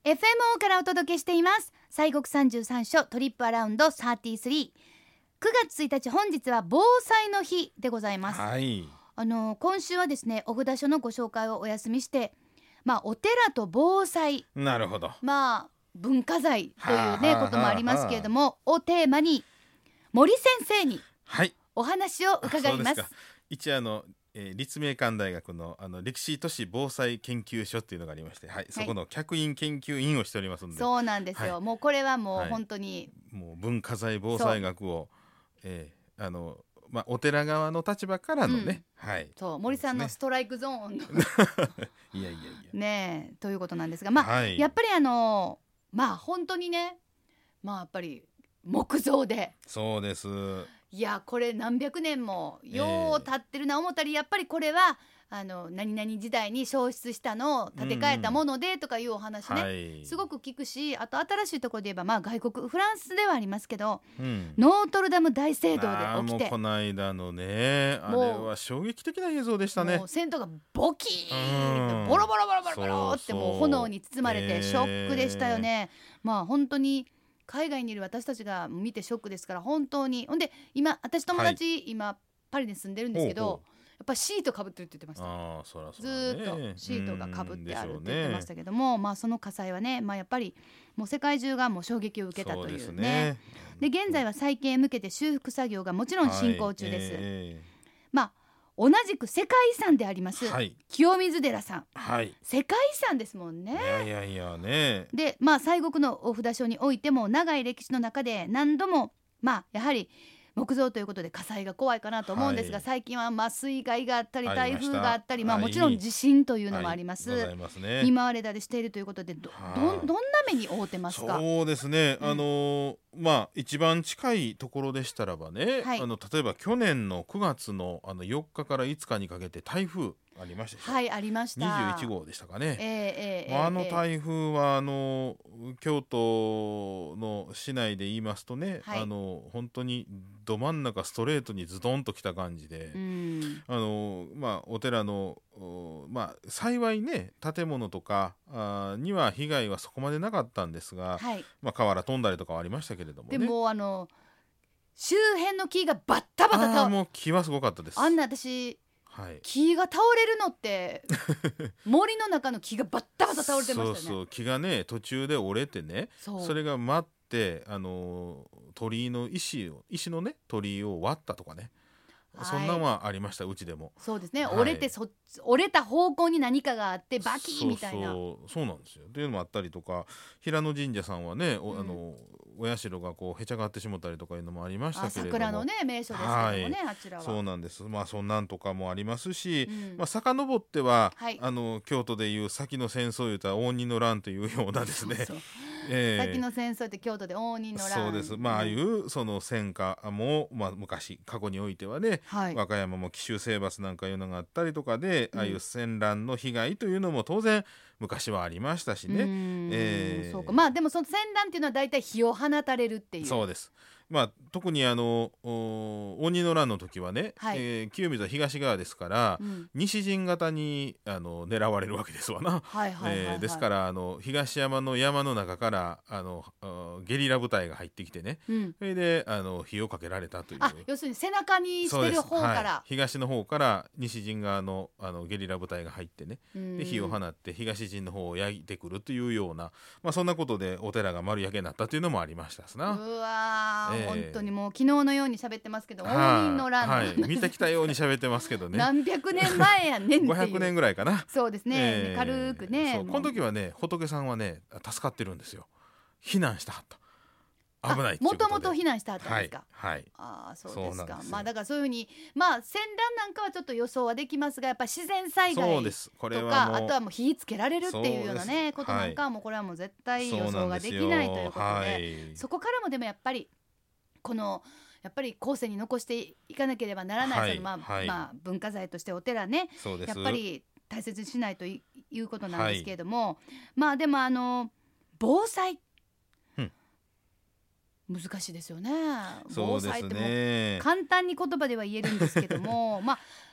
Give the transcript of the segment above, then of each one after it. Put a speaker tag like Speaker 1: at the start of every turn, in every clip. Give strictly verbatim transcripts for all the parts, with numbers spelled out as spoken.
Speaker 1: エフエムオー からお届けしています西国三十三所トリップアラウンドさんじゅうさん。くがつついたち、本日は防災の日でございます、
Speaker 2: はい、
Speaker 1: あの今週はですね、お札所のご紹介をお休みして、まあお寺と防災、
Speaker 2: なるほど、
Speaker 1: まあ文化財というね
Speaker 2: はあはあ
Speaker 1: こともありますけれども、をテーマに森先生に
Speaker 2: はい
Speaker 1: お話を伺います。
Speaker 2: そうですか。一あの、えー立命館大学の、あの歴史都市防災研究所っていうのがありまして、はい、そこの客員研究員をしておりますので、
Speaker 1: そうなんですよ、
Speaker 2: はい
Speaker 1: もうこれはもう
Speaker 2: はい
Speaker 1: 本当に、
Speaker 2: もう文化財防災学を、えーあのまあ、お寺側の立場からのね、はい、
Speaker 1: そう森さんの
Speaker 2: です
Speaker 1: ストライクゾーンの
Speaker 2: ねいやいやいや、
Speaker 1: ねえということなんですが、まあ、
Speaker 2: はい
Speaker 1: やっぱりあのまあ本当にね、まあやっぱり木造で、
Speaker 2: そうです。
Speaker 1: いやこれ何百年もよう経ってるな思ったり、やっぱりこれはあの何々時代に消失したのを建て替えたものでとかいうお話ね、
Speaker 2: はい、
Speaker 1: すごく聞くし、あと新しいところで言えば、まあ外国フランスではありますけど、
Speaker 2: うん
Speaker 1: ノートルダム大聖堂で
Speaker 2: あー
Speaker 1: 起きて、
Speaker 2: もうこの間のね、あれ
Speaker 1: もう
Speaker 2: は衝撃的な映像でしたね
Speaker 1: もう銭湯がボキー
Speaker 2: うん
Speaker 1: ンボロボロボロボロボロって
Speaker 2: そうそう
Speaker 1: もう炎に包まれ
Speaker 2: えー
Speaker 1: てショックでしたよね、まあ本当に海外にいる私たちが見てショックですから、本当に。ほんで今私友達、今パリに住んでるんですけど、
Speaker 2: ほうほ
Speaker 1: やっぱシートかぶってるって言ってました。
Speaker 2: あーそらそ
Speaker 1: ず
Speaker 2: らね
Speaker 1: ーっとシートがかぶってあるって言ってました
Speaker 2: け
Speaker 1: けども、まあその火災はね、まあやっぱりもう世界中がもう衝撃を受けたというね。で現在は再建へ向けて修復作業がもちろん進行中です、
Speaker 2: はいえ
Speaker 1: まあ同じく世界遺産であります、
Speaker 2: ーはい
Speaker 1: 清水寺さん、
Speaker 2: はい
Speaker 1: 世界遺産ですもんね。
Speaker 2: いやいやいやね、
Speaker 1: でまあ西国のお札所においても長い歴史の中で何度もまあやはり木造ということで火災が怖いかなと思うんですが、
Speaker 2: はい
Speaker 1: 最近はまあ水害があったり台
Speaker 2: ありました
Speaker 1: 風があったり、まあ、
Speaker 2: はい
Speaker 1: もちろん地震というのもあります、
Speaker 2: はいございますね。
Speaker 1: 見舞われたりしているということで、ど
Speaker 2: はい
Speaker 1: どんどんな目に遭うてますか。
Speaker 2: そうですね、
Speaker 1: うん
Speaker 2: あのーまあ一番近いところでしたらばね、
Speaker 1: はい
Speaker 2: あの例えば去年のくがつのあのよっかからいつかにかけて台風ありましたでしょ、
Speaker 1: はいありました。
Speaker 2: にじゅういちごうでしたかね、
Speaker 1: えーえーえー
Speaker 2: まああの
Speaker 1: えー
Speaker 2: 台風はあの京都の市内で言いますとね、
Speaker 1: はい
Speaker 2: あの本当にど真ん中ストレートにズドンときた感じで、
Speaker 1: うん
Speaker 2: あのまあ、お寺の、おまあ、幸いね建物とかあには被害はそこまでなかったんですが、
Speaker 1: はい、
Speaker 2: まあ、瓦飛んだりとかはありましたけれどもね。
Speaker 1: でもあの周辺の木がバッタバタ
Speaker 2: あー
Speaker 1: 倒
Speaker 2: もう木はすごかったです。
Speaker 1: あんな私
Speaker 2: はい、
Speaker 1: 木が倒れるのって森の中の木がバッタバタ倒れてましたよね。
Speaker 2: そうそう木がね途中で折れてね、
Speaker 1: そう
Speaker 2: それが待ってあの鳥居の石を石のね鳥居を割ったとかね、
Speaker 1: はい
Speaker 2: そんなんはありましたうちでも。
Speaker 1: そうですね、
Speaker 2: はい
Speaker 1: 折れてそ折れた方向に何かがあってバキーみたいな。
Speaker 2: そうそうそうなんですよ。っていうのもあったりとか、平野神社さんはね、お
Speaker 1: うん
Speaker 2: あのお社がこうへちゃがってしもったりとかいうのもありました
Speaker 1: あ
Speaker 2: けれども、
Speaker 1: 桜のね名所ですけどもね、あちらは。
Speaker 2: そうなんです。まあそんなんとかもありますし、
Speaker 1: うん
Speaker 2: まあ遡っては、
Speaker 1: はい
Speaker 2: あの京都でいう先の戦争言うた応仁の乱というようなですね、
Speaker 1: そうそう
Speaker 2: ええ
Speaker 1: 先の戦争って京都で応仁の乱。
Speaker 2: そうです。まあああい
Speaker 1: うん
Speaker 2: うその戦火も、まあ、昔過去においてはね、
Speaker 1: はい
Speaker 2: 和歌山も紀州征伐なんかいうのがあったりとかで、
Speaker 1: うん
Speaker 2: ああいう戦乱の被害というのも当然昔はありましたしね、
Speaker 1: うーん
Speaker 2: えー
Speaker 1: そうか、まあでもその戦乱っていうのは大体火を放たれるっていう。
Speaker 2: そうです。まあ、特にあのお応仁の乱の時はね、
Speaker 1: はい
Speaker 2: えー清水は東側ですから、
Speaker 1: うん
Speaker 2: 西陣型にあの狙われるわけですわな。
Speaker 1: はいはいはいはい、
Speaker 2: えーですからあの東山の山の中からあのあゲリラ部隊が入ってきてね、
Speaker 1: うん、
Speaker 2: それであの火をかけられたという。
Speaker 1: あ要するに背中にしてる方か
Speaker 2: はい
Speaker 1: ら、
Speaker 2: 東の方から西陣側のあのゲリラ部隊が入ってね、
Speaker 1: うん
Speaker 2: で火を放って東陣の方を焼いてくるというような、まあ、そんなことでお寺が丸焼けになったというのもありましたすな。
Speaker 1: うわー、
Speaker 2: ええ
Speaker 1: 本当にもう昨日のように喋ってますけど、応仁の乱の
Speaker 2: はい、はい、見てきたように喋ってますけどね
Speaker 1: 何百年前やねんっていう
Speaker 2: ごひゃくねんぐらいかな。
Speaker 1: そうですね、
Speaker 2: ええ
Speaker 1: 軽くね。
Speaker 2: そう
Speaker 1: もう
Speaker 2: この時はね仏さんはね助かってるんですよ。避難したはった危ないっていう
Speaker 1: も
Speaker 2: ことで
Speaker 1: もと避難してはったんですか。
Speaker 2: はい、はい、
Speaker 1: ああそうですか。
Speaker 2: そうなんですよ
Speaker 1: まあだからそういうふうにまあ戦乱なんかはちょっと予想はできますが、やっぱ自然災害
Speaker 2: そうですこれ
Speaker 1: と
Speaker 2: はもう
Speaker 1: かあとはもう火つけられるっていうような
Speaker 2: そうです
Speaker 1: ねことなんかはもうこれはもう絶対予
Speaker 2: そうな
Speaker 1: 想
Speaker 2: んですよ
Speaker 1: ができないということで、
Speaker 2: はい
Speaker 1: そこからもでもやっぱりこのやっぱり後世に残していかなければならない、
Speaker 2: はい
Speaker 1: そのまあ、
Speaker 2: はい
Speaker 1: まあ文化財としてお寺ね
Speaker 2: そうです
Speaker 1: やっぱり大切にしないといいうことなんですけれども、まあでもあの防災、
Speaker 2: うん、
Speaker 1: 難しいですよね。
Speaker 2: そうです
Speaker 1: 防災ってもう
Speaker 2: ね。
Speaker 1: 簡単に言葉では言えるんですけどもまあ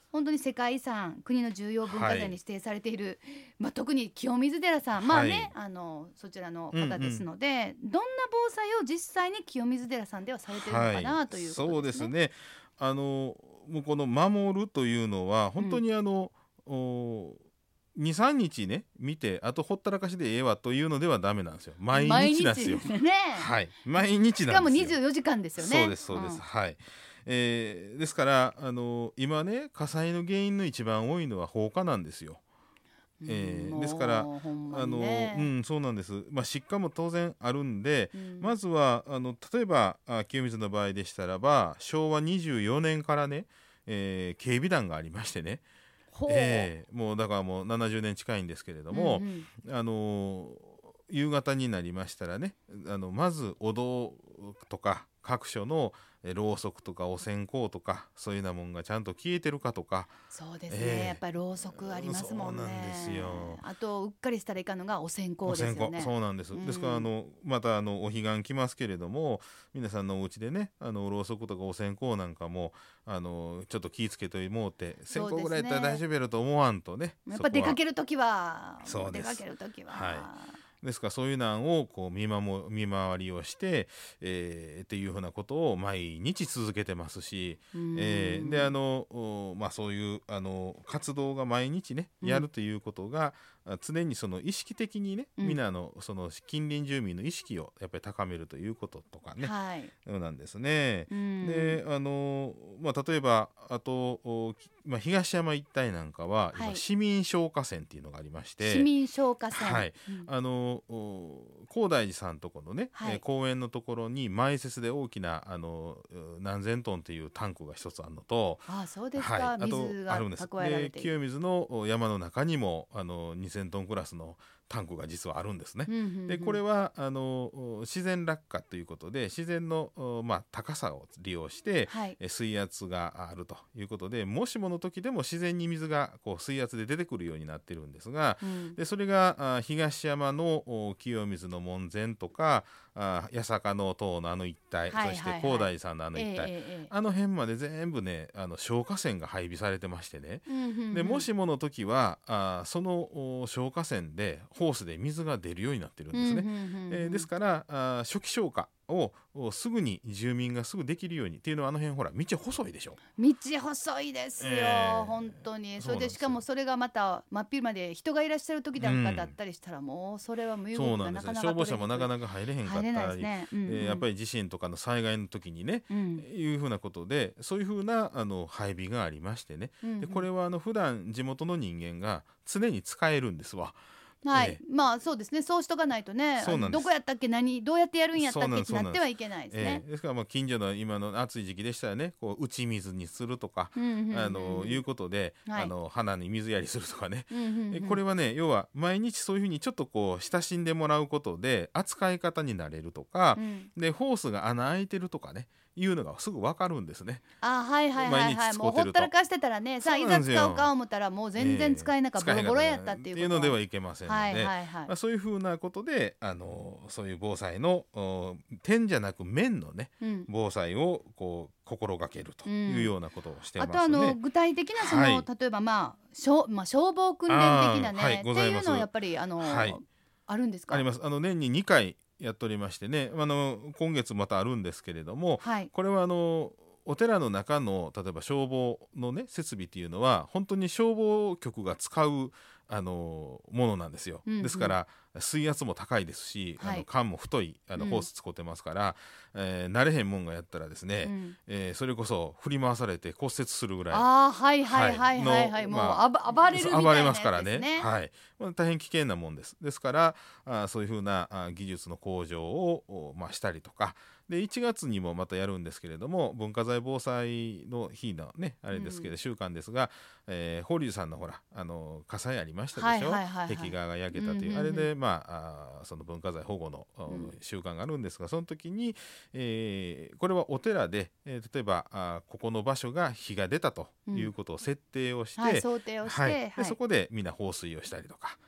Speaker 1: 本当に世界遺産国の重要文化財に指定されている、まあ、特に清水寺さん、まあね、
Speaker 2: はい、
Speaker 1: あのそちらの方ですので、うんうん、どんな防災を実際に清水寺さんではされているのかな、はい、ということですね。
Speaker 2: そうですね。あのもうこの守るというのは本当にあの、うん、にさんにちね見てあとほったらかしでええわというのではダメなんですよ。毎日なんですよ。
Speaker 1: 毎日ですね。
Speaker 2: はい、毎日なんですよ。
Speaker 1: しかもにじゅうよじかんですよね。
Speaker 2: そうですそうです、
Speaker 1: うん、
Speaker 2: はい。えー、ですからあの今ね火災の原因の一番多いのは放火なんですよ。えー、ですから、
Speaker 1: ほんま
Speaker 2: あの、
Speaker 1: にね、
Speaker 2: うん、そうなんです。まあ、失火も当然あるんで、
Speaker 1: うん、
Speaker 2: まずはあの例えばあ清水の場合でしたらばしょうわにじゅうよねんからね、えー、警備団がありましてね、えー、もうだからもうななじゅうねん近いんですけれども、うんうん、あの夕方になりましたらねあのまずお堂とか各所のろうそくとかお線香とかそういうようなもんがちゃんと消えてるかとか。
Speaker 1: そうですね、えー、やっぱりろうそくありますもんね。
Speaker 2: そうなんですよ。
Speaker 1: あとうっかりしたらいかんのがお線香ですよね。お線香、
Speaker 2: そうなんです、うん、ですからあのまたあのお彼岸来ますけれども皆さんのお家でねあのろうそくとかお線香なんかもあのちょっと気ぃつけともうて線香ぐらいやったら大丈夫やろと思わんとね。
Speaker 1: やっぱ出かけるときは
Speaker 2: そうです。
Speaker 1: 出かけるときは、
Speaker 2: はい、ですからそういうのをこう見守見回りをして、えー、っていうふうなことを毎日続けてますし、えー、であの、まあ、そういうあの活動が毎日ねやるということが、うん、常にその意識的にね、うん、みんなのその近隣住民の意識をやっぱり高めるということとかね、はい、なんですね。であの、まあ、例えばあと、まあ、東山一帯なんかは今、はい、市民消火栓っていうのがありまして
Speaker 1: 市民消火栓、
Speaker 2: はい、うん、あの高大寺さんとこのね、はい、えー、公園のところに埋設で大きなあの何千トンというタンクが一つあるのと、
Speaker 1: ああそうですか、
Speaker 2: はい、あと
Speaker 1: 水が
Speaker 2: あるんです。
Speaker 1: 蓄えられている。
Speaker 2: 清水の山の中にもあのにせんトンクラスのタンクが実はあるんですね。うんうんうん、でこれはあの自然落下ということで自然の、まあ、高さを利用して、はい、水圧があるということでもしもの時でも自然に水がこう水圧で出てくるようになってるんですが、うん、でそれが東山の清水の門前とかあ八坂の塔のあの一帯、はいはいはい、そして高大寺さんのあの一帯、えー、あの辺まで全部ねあの消火栓が配備されてましてね、うんうんうん、でもしもの時はあその消火栓でホースで水が出るようになってるんですね、うんうんうんうん、えー、ですからあ初期消火をすぐに住民がすぐできるようにっていうのはあの辺ほら道細いでしょ。
Speaker 1: 道細いですよ、えー、本当に。それでしかもそれがまた真っ昼まで人がいらっしゃる時なんかだったりしたら、うん、もうそれは無用がなかなか取れにくい。
Speaker 2: 消防車もなかなか入れへんかったり、ね、うんうん、えー、やっぱり地震とかの災害の時にね、うん、いうふうなことでそういうふうなあの配備がありましてね、うんうん、でこれはあの普段地元の人間が常に使えるんですわ。
Speaker 1: はい、ええ、まあそうですね、そうしとかないとね、どこやったっけ、何どうやってやるんやったっけってなってはいけないですね。
Speaker 2: ええ、ですからまあ近所の今の暑い時期でしたらねこう打ち水にするとか、うんうんうん、あのいうことで、はい、あの花に水やりするとかね、うんうんうん、これはね要は毎日そういうふうにちょっとこう親しんでもらうことで扱い方になれるとか、うん、でホースが穴開いてるとかねいうのがすぐ分かるんですね。
Speaker 1: あ、はいはいはいはい、もうほったらかしてたらね、さあいざ使うか思ったらもう全然使えなかった、えー、ボロボロやったっていうことっていう
Speaker 2: のではいけませんので、はいはいはい、まあ、そういうふうなことであのそういう防災の点じゃなく面のね、うん、防災をこう心がけるというようなことをしてますね。
Speaker 1: うん、あとあの具体的なその、はい、例えば、まあしょまあ、消防訓練的なね、はい、っていうのはやっぱりあの、はい、あるんですか？
Speaker 2: あります。あの年ににかいやっておりましてね、あの今月またあるんですけれども、はい、これはあのお寺の中の例えば消防のね設備っていうのは本当に消防局が使うあのものなんですよ、うんうん、ですから水圧も高いですし、はい、あの管も太いあのホース使ってますから、うん、えー、慣れへんもんがやったらですね、うん、えー、それこそ振り回されて骨折するぐらい、
Speaker 1: あ、はいはいはいはいはい、もう、まあ、暴れるみたいなやつですね。
Speaker 2: 暴れますからね、はい、まあ、大変危険なもんです。ですからあそういうふうなあ技術の向上を、まあ、したりとかでいちがつにもまたやるんですけれども文化財防災の日のねあれですけど、うん、週間ですが、えー、法隆さんのほらあの火災ありましたでしょ、はいはいはいはい、壁画が焼けたという、うんうんうん、あれでまあ、あその文化財保護の、うん、習慣があるんですがその時に、えー、これはお寺で、えー、例えばあここの場所が火が出たということを設定をして、うん、はい、想定をして、はい、でそこでみんな放水をしたりとか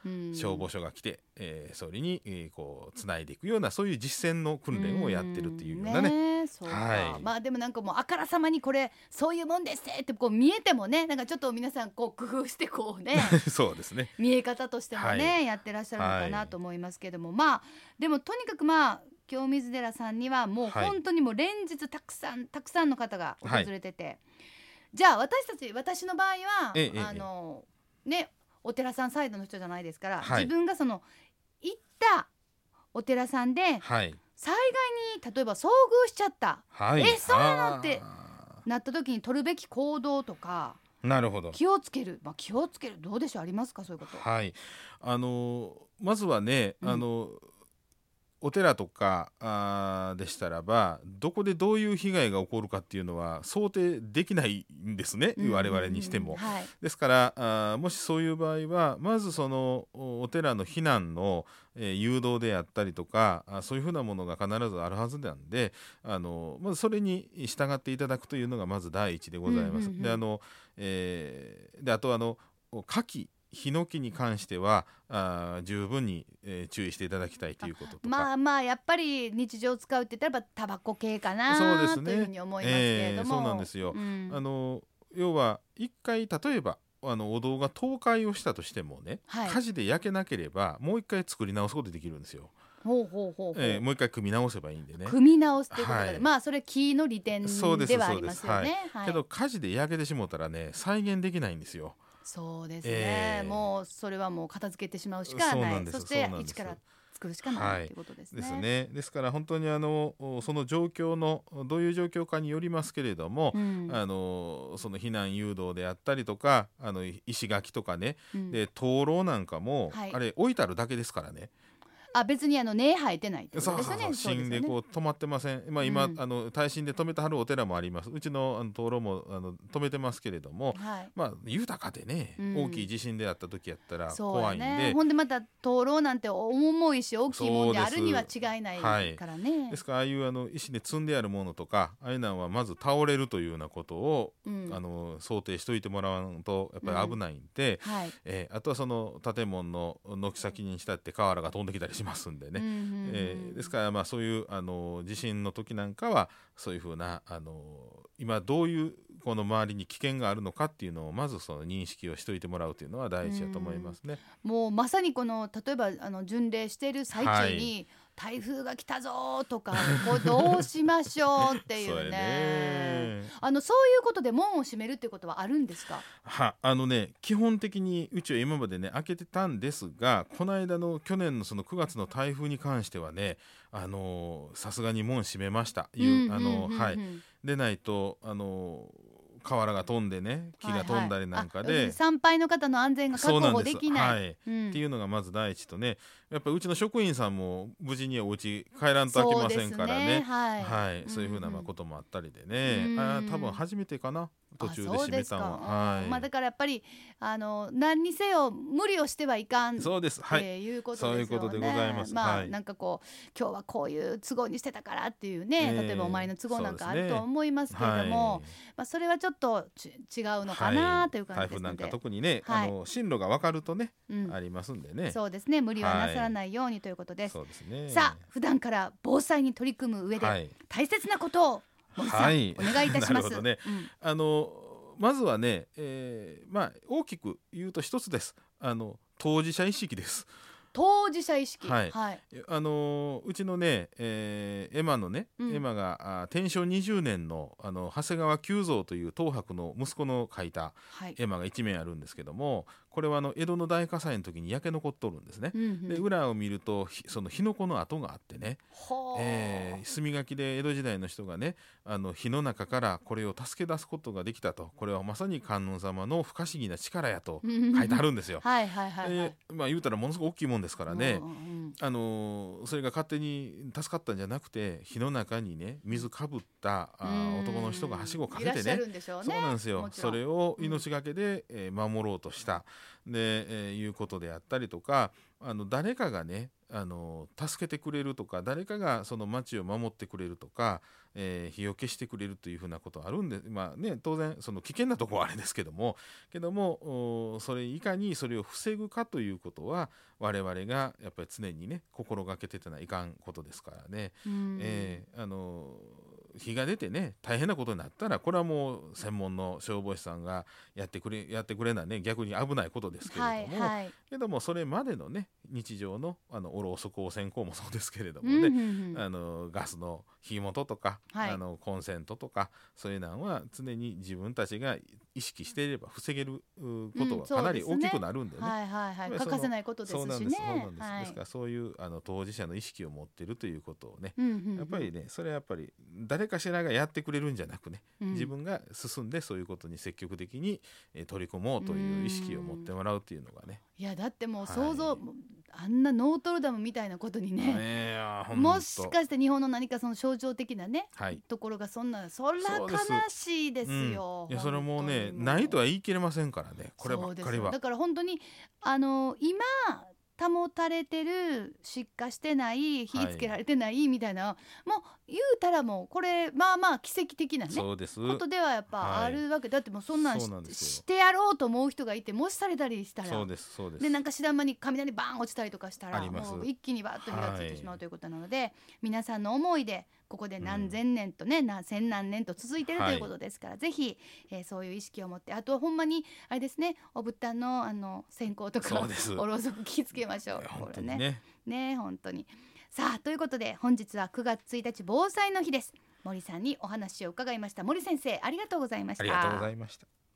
Speaker 2: 消防署が来て、えー、それに、えー、こうつないでいくようなそういう実践の訓練をやってるっていうようなね。
Speaker 1: ね、そうか、
Speaker 2: はい、
Speaker 1: まあでもなんかもうあからさまにこれそういうもんですってこう見えてもね、なんかちょっと皆さんこう工夫してこうね
Speaker 2: そうですね、
Speaker 1: 見え方としてもね、はい、やってらっしゃるのかなと思いますけども、はい、まあでもとにかくまあ清水寺さんにはもう本当にもう連日たくさんたくさんの方が訪れてて、はい、じゃあ私たち私の場合は、ええ、あの、ええ、ね、お寺さんサイドの人じゃないですから、はい、自分がその行ったお寺さんで、はい、災害に例えば遭遇しちゃった、はい、えそうなのってなった時に取るべき行動とか、
Speaker 2: なるほど、
Speaker 1: 気をつける、まあ、気をつけるどうでしょう、ありますか、そういうこと。
Speaker 2: はい、あのまずはね、うん、あのお寺とかあでしたらばどこでどういう被害が起こるかっていうのは想定できないんですね、うんうんうん、我々にしても、はい、ですからあもしそういう場合はまずそのお寺の避難の、えー、誘導であったりとかあそういうふうなものが必ずあるはずなんで、あのまずそれに従っていただくというのがまず第一でございます、うんうんうん、であの、えー、であとあの火器ヒノキに関してはあ十分に、えー、注意していただきたいということとか、
Speaker 1: まあまあやっぱり日常使うって言ったらタバコ系かな、そうですね、というふうに思いますけれども、
Speaker 2: えー、そうなんですよ、うん、あの要は一回例えばあのお堂が倒壊をしたとしてもね、はい、火事で焼けなければもう一回作り直すことできるんですよ。
Speaker 1: ほうほうほうほう、
Speaker 2: えー、もう一回組み直せばいいんでね、
Speaker 1: 組み直すっていうことで、はい、まあそれ木の利点ではありますよね、
Speaker 2: はい、けど火事で焼けてしもたらね再現できないんですよ。
Speaker 1: そうですね、えー、もうそれはもう片付けてしまうしかない、 そ, そして一から作るしかない、はい、ということですね。
Speaker 2: ですね。ですから本当にあのその状況のどういう状況かによりますけれども、うん、あのその避難誘導であったりとかあの石垣とかね、うん、で灯籠なんかも、はい、あれ置いてあるだけですからね。
Speaker 1: あ、別にあの根生えてないってことですよね。
Speaker 2: そうそうそう、芯でこう止まってません。まあ、今、うん、あの耐震で止めてはるお寺もあります。うちのあの灯籠もあの止めてますけれども、はい、まあ豊かでね、うん、大きい地震であった時やったら怖いんで、ね、
Speaker 1: ほんでまた灯籠なんて重いし大きいもんであるには違いないからね。
Speaker 2: はい、ですからああいうあの石で積んであるものとかああいうのはまず倒れるというようなことを、うん、あの想定しておいてもらわんとやっぱり危ないんで、うん、はい、えー、あとはその建物の軒先にしたって瓦が飛んできたりしますんでね、うん、えー、ですからまあそういうあの地震の時なんかはそういうふうなあの今どういうこの周りに危険があるのかっていうのをまずその認識をしておいてもらうというのは大事だと思いますね。
Speaker 1: もうまさにこの例えばあの巡礼している最中に、はい、台風が来たぞとかこうどうしましょうっていうねね、あのそういうことで門を閉めるっていうことはあるんですか。
Speaker 2: はあのね基本的にうちは今までね開けてたんですが、この間の去年のそのくがつの台風に関してはねあのさすがに門閉めました。でないとあの瓦が飛んでね木が飛んだりなんかで、はいはい、
Speaker 1: 参拝の方の安全が確保できない、はい
Speaker 2: うん、っていうのがまず第一とね、やっぱりうちの職員さんも無事にはお家帰らんとあきませんからね、ね、はいはい、そういうふうなまあこともあったりでね、うん、あ多分初めてかな途中で閉めたのは、はい、
Speaker 1: まあ、だからやっぱりあの何にせよ無理をしてはいかん
Speaker 2: そうです、はい、
Speaker 1: っていうことですよね。
Speaker 2: そういうことでございます。
Speaker 1: まあ、
Speaker 2: はい、
Speaker 1: なんかこう今日はこういう都合にしてたからっていうね、えー、例えばお前の都合なんかあると思いますけれども、はい、まあ、それはちょっと違うのかなという感じですので、
Speaker 2: 台風なんか特にね、はい、あの進路が分かるとね、うん、ありますんでね、
Speaker 1: そうですね、無理はなさらないようにということです。
Speaker 2: そうですね。
Speaker 1: さあ普段から防災に取り組む上で大切なことを森さん、はい、お願いいたします。なるほどね、うん、あの
Speaker 2: まずはね、えーまあ、大きく言うと一つです。あの当事者意識です。
Speaker 1: 当事者意識、
Speaker 2: はいはい、あのうちのね、えー、エマのね、うん、エマが天正にじゅうねん の, あの長谷川久蔵という東博の息子の書いたエマが一面あるんですけども、これはあの江戸の大火災の時に焼け残っとるんですね、うんうん、で裏を見るとその火の粉の跡があってね、えー、墨書きで江戸時代の人がねあの火の中からこれを助け出すことができたと、これはまさに観音様の不可思議な力やと書いてあるんですよ。はいはいはい、はい、まあ、言うたらものすごく大きいもんですからね、うんうん、あのそれが勝手に助かったんじゃなくて火の中にね水かぶったあ男の人がはしごをかけてね、
Speaker 1: いらっしゃるんでしょうね。
Speaker 2: そうなんですよ。それを命がけで、えー、守ろうとした。 で、えー、いうことであったりとか、あの誰かがねあの助けてくれるとか、誰かがその町を守ってくれるとか、えー、火を消してくれるというふうなことあるんで、まあね、当然その危険なところはあれですけどもけどもそれいかにそれを防ぐかということは我々がやっぱり常にね心がけててないかんことですからね、えー、あの火が出てね大変なことになったらこれはもう専門の消防士さんがやってくれやってくれないね逆に危ないことですけれども、はいはい、けどもそれまでのね日常のあのおろそ光線香もそうですけれどもね、うんうんうん、あのガスの火元とか、はい、あのコンセントとかそういうのは常に自分たちが意識していれば防げることはかなり大きくなるんでね、うん、
Speaker 1: はいはいはい、欠かせないことですしね。
Speaker 2: そうなんです、そうなんです、はい、ですからそういうあの当事者の意識を持っているということをね、うんうんうん、やっぱりねそれはやっぱり誰かしらがやってくれるんじゃなくね、うん、自分が進んでそういうことに積極的に、えー、取り組もうという意識を持ってもらうっていうのがね、
Speaker 1: いやだってもう想像、はい、あんなノートルダムみたいなことにね、えー、もしかして日本の何かその象徴的なね、はい、ところがそんなそら悲しいですよ。
Speaker 2: うん、いやそれもうねないとは言い切れませんからねこればっかりは。
Speaker 1: だから本当にあの今保たれてる出荷してない火つけられてないみたいな、はい、もう言うたらもうこれまあまあ奇跡的なね
Speaker 2: そうです
Speaker 1: ことではやっぱあるわけ、はい、だってもうそんなん し, んしてやろうと思う人がいてもしされたりしたら
Speaker 2: そうですそうです。
Speaker 1: でなんか知らん間に雷バーン落ちたりとかしたらもう一気にバーッと火がついてしまうということなので、はい、皆さんの思いでここで何千年とね、うん、何千何年と続いてるということですから、はい、ぜひ、えー、そういう意識を持って、あとはほんまにあれですねお仏壇のあの線香とかおろうそく気をつけましょう。
Speaker 2: 本当にねね
Speaker 1: ね本当に。さあということで本日はくがつついたち防災の日です。森さんにお話を伺いました。森先生ありがとうございました。
Speaker 2: ありがとうございました。